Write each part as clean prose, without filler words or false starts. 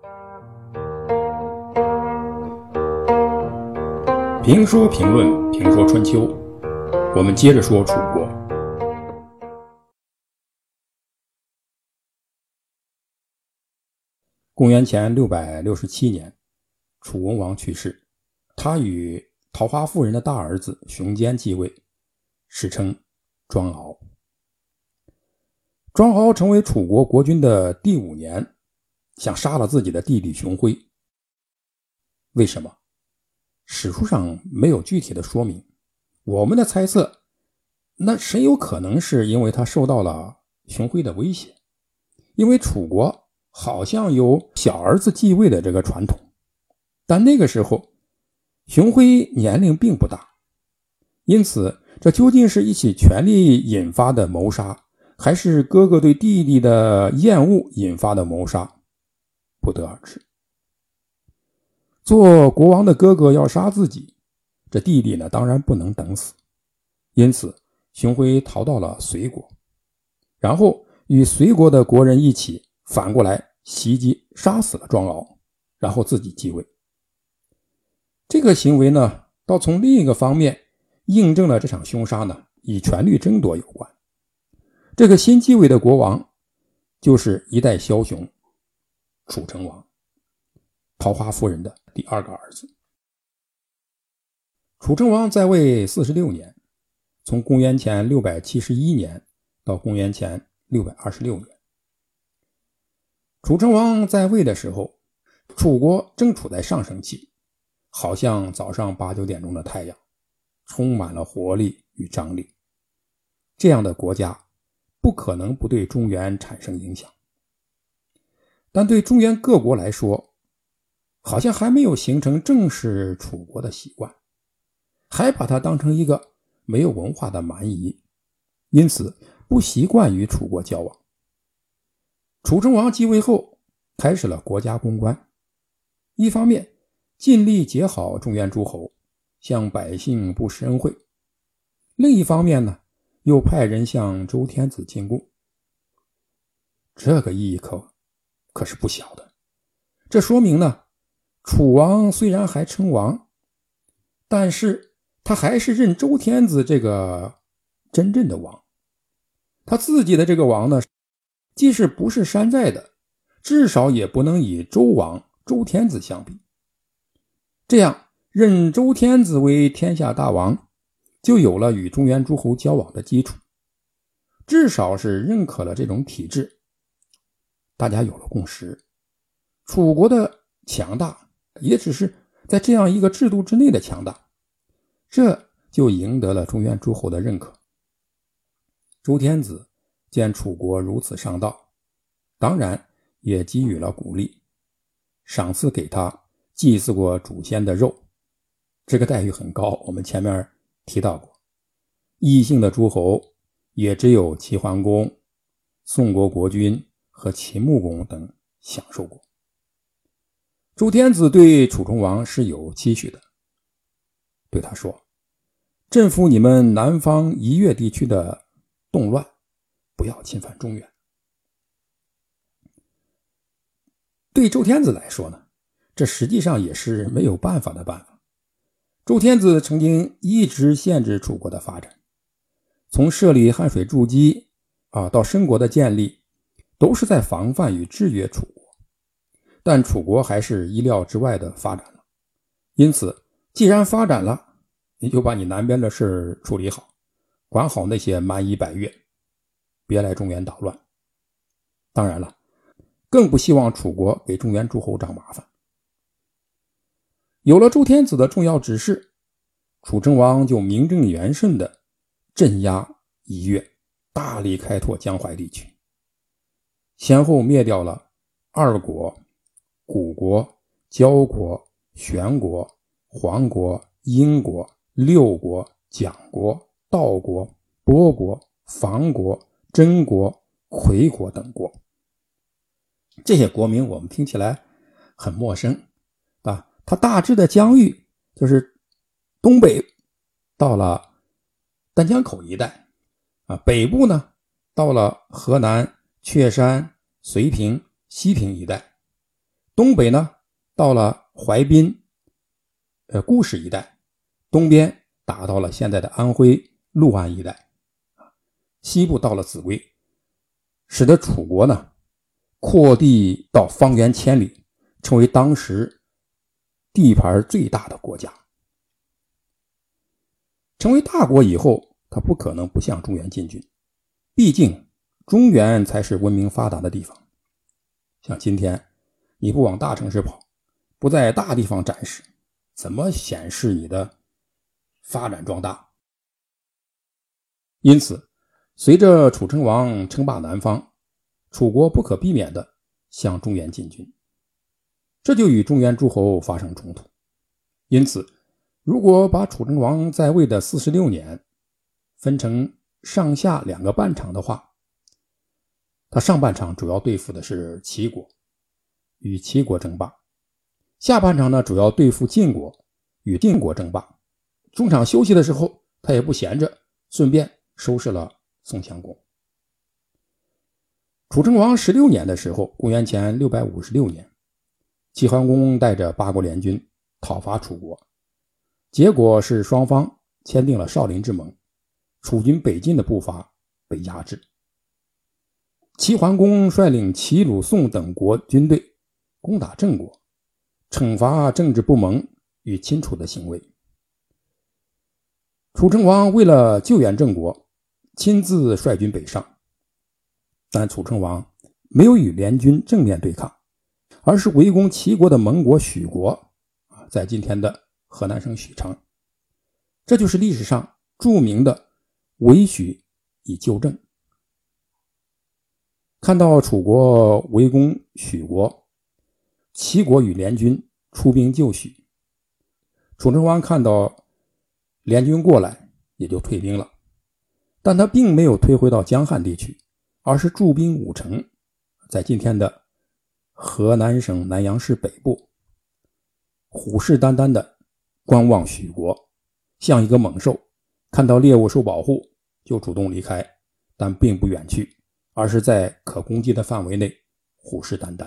评说评论评说春秋，我们接着说楚国。公元前667年，楚文王去世，他与桃花夫人的大儿子熊坚继位，史称庄敖。庄敖成为楚国国君的第5年，想杀了自己的弟弟熊辉。为什么？史书上没有具体的说明，我们的猜测，那甚有可能是因为他受到了熊辉的威胁，因为楚国好像有小儿子继位的这个传统，但那个时候熊辉年龄并不大，因此这究竟是一起权力引发的谋杀，还是哥哥对弟弟的厌恶引发的谋杀，不得而知。做国王的哥哥要杀自己，这弟弟呢当然不能等死，因此熊辉逃到了隋国，然后与隋国的国人一起反过来袭击杀死了庄敖，然后自己继位。这个行为呢，倒从另一个方面印证了这场凶杀呢与权力争夺有关。这个新继位的国王就是一代枭雄楚成王，桃花夫人的第2个儿子。楚成王在位46年，从公元前671年到公元前626年。楚成王在位的时候，楚国正处在上升期，好像早上8、9点钟的太阳，充满了活力与张力。这样的国家不可能不对中原产生影响，但对中原各国来说，好像还没有形成正视楚国的习惯，还把它当成一个没有文化的蛮夷，因此不习惯与楚国交往。楚成王继位后，开始了国家公关，一方面尽力结好中原诸侯，向百姓布施恩惠，另一方面呢，又派人向周天子进贡。这个意义可是不小的。这说明呢，楚王虽然还称王，但是他还是认周天子这个真正的王。他自己的这个王呢，即使不是山寨的，至少也不能以周王周天子相比。这样认周天子为天下大王，就有了与中原诸侯交往的基础，至少是认可了这种体制。大家有了共识，楚国的强大也只是在这样一个制度之内的强大，这就赢得了中原诸侯的认可。周天子见楚国如此上道，当然也给予了鼓励，赏赐给他祭祀过祖先的肉，这个待遇很高，我们前面提到过。异姓的诸侯也只有齐桓公、宋国国君和秦穆公等享受过。周天子对楚成王是有期许的，对他说：镇服你们南方夷越地区的动乱，不要侵犯中原。对周天子来说呢，这实际上也是没有办法的办法。周天子曾经一直限制楚国的发展，从设立汉水筑基到申国的建立，都是在防范与制约楚国。但楚国还是意料之外的发展了，因此既然发展了，你就把你南边的事处理好，管好那些蛮夷百越，别来中原捣乱。当然了，更不希望楚国给中原诸侯找麻烦。有了周天子的重要指示，楚成王就名正言顺地镇压夷越，大力开拓江淮地区，先后灭掉了二国、古国、焦国、玄国、黄国、殷国、六国、蒋国、道国、亳国、房国、真国、魁国等国。这些国名我们听起来很陌生它大致的疆域就是东北到了丹江口一带北部呢到了河南、确山、绥平、西平一带， 东北呢到了淮滨固始一带，东边打到了现在的安徽六安一带，西部到了秭归，使得楚国呢扩地到方圆千里，成为当时地盘最大的国家。成为大国以后，他不可能不向中原进军，毕竟中原才是文明发达的地方。像今天你不往大城市跑，不在大地方展示，怎么显示你的发展壮大？因此随着楚成王称霸南方，楚国不可避免地向中原进军，这就与中原诸侯发生冲突。因此如果把楚成王在位的46年分成上下两个半场的话，他上半场主要对付的是齐国，与齐国争霸，下半场呢主要对付晋国，与晋国争霸。中场休息的时候他也不闲着，顺便收拾了宋襄公。楚成王16年的时候，公元前656年，齐桓公带着8国联军讨伐楚国，结果是双方签订了少林之盟，楚军北进的步伐被压制。齐桓公率领齐、鲁、宋等国军队攻打郑国，惩罚政治不蒙与亲楚的行为。楚成王为了救援郑国，亲自率军北上，但楚成王没有与联军正面对抗，而是围攻齐国的盟国许国，在今天的河南省许昌。这就是历史上著名的围许以救郑。看到楚国围攻许国，齐国与联军出兵救许，楚成王看到联军过来也就退兵了，但他并没有退回到江汉地区，而是驻兵武城，在今天的河南省南阳市北部，虎视眈眈地观望许国，像一个猛兽，看到猎物受保护就主动离开，但并不远去，而是在可攻击的范围内虎视眈眈。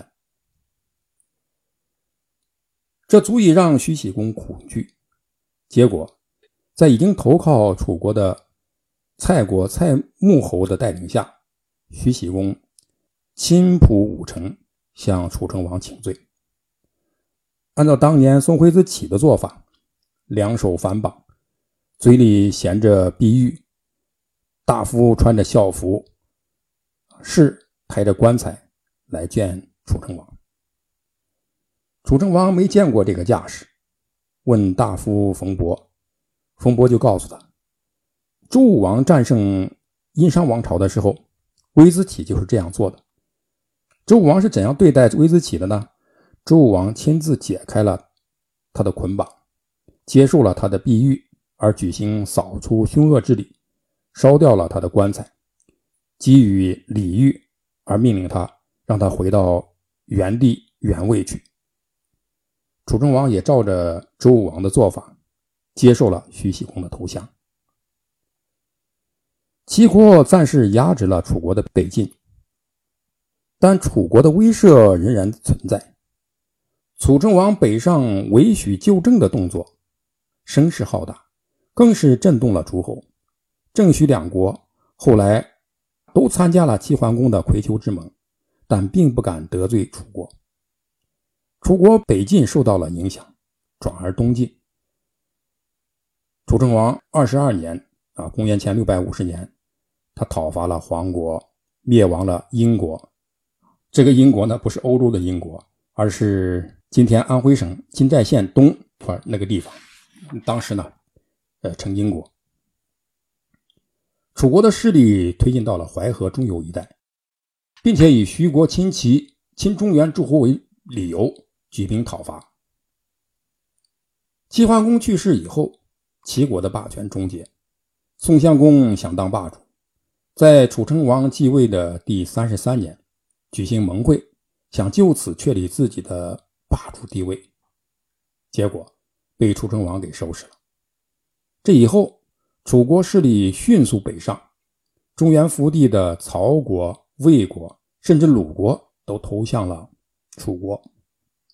这足以让徐喜公恐惧。结果在已经投靠楚国的蔡国蔡穆侯的带领下，徐喜公亲仆武城，向楚成王请罪。按照当年宋徽子起的做法，两手反绑，嘴里衔着碧玉，大夫穿着校服，士抬着棺材来见楚成王。楚成王没见过这个架势，问大夫冯伯，冯伯就告诉他，周武王战胜殷商王朝的时候，微子启就是这样做的。周武王是怎样对待微子启的呢？周武王亲自解开了他的捆绑，接受了他的碧玉，而举行扫除凶恶之礼，烧掉了他的棺材，给予礼遇，而命令他让他回到原地原位去。楚成王也照着周武王的做法，接受了徐喜公的投降。齐国暂时压制了楚国的北进，但楚国的威慑仍然存在。楚成王北上围许救郑的动作声势浩大，更是震动了诸侯。郑许两国后来都参加了齐桓公的葵丘之盟，但并不敢得罪楚国。楚国北进受到了影响，转而东进。楚成王22年公元前650年，他讨伐了黄国，灭亡了殷国。这个殷国呢，不是欧洲的殷国，而是今天安徽省金寨县东那个地方，当时呢称殷国。楚国的势力推进到了淮河中游一带，并且以徐国亲齐亲中原诸侯为理由举兵讨伐。齐桓公去世以后，齐国的霸权终结，宋襄公想当霸主，在楚成王继位的第33年举行盟会，想就此确立自己的霸主地位，结果被楚成王给收拾了。这以后楚国势力迅速北上，中原腹地的曹国、魏国甚至鲁国都投向了楚国。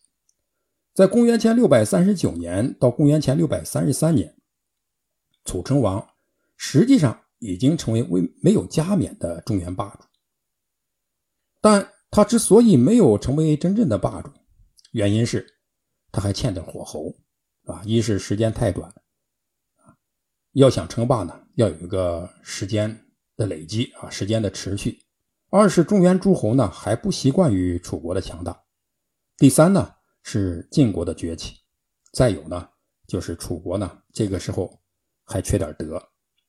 在公元前639年到公元前633年，楚成王实际上已经成为没有加冕的中原霸主。但他之所以没有成为真正的霸主，原因是他还欠着火候一是时间太短，要想称霸呢，要有一个时间的累积时间的持续。二是中原诸侯呢还不习惯于楚国的强大。第三呢是晋国的崛起。再有呢就是楚国呢这个时候还缺点德。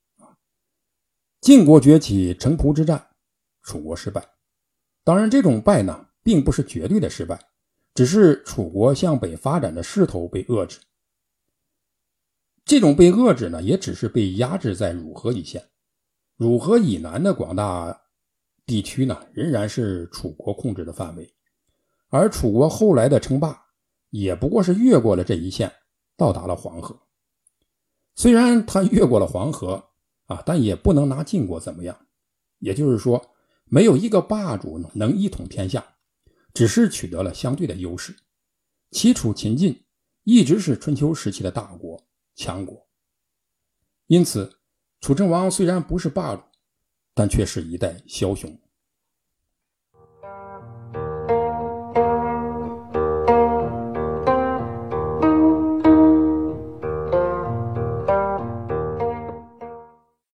晋国崛起，城濮之战，楚国失败。当然这种败呢并不是绝对的失败，只是楚国向北发展的势头被遏制。这种被遏制呢也只是被压制在汝河一线，汝河以南的广大地区呢仍然是楚国控制的范围。而楚国后来的称霸也不过是越过了这一线，到达了黄河。虽然他越过了黄河但也不能拿晋国怎么样。也就是说，没有一个霸主能一统天下，只是取得了相对的优势。齐楚秦晋一直是春秋时期的大国强国。因此楚成王虽然不是霸主，但却是一代枭雄。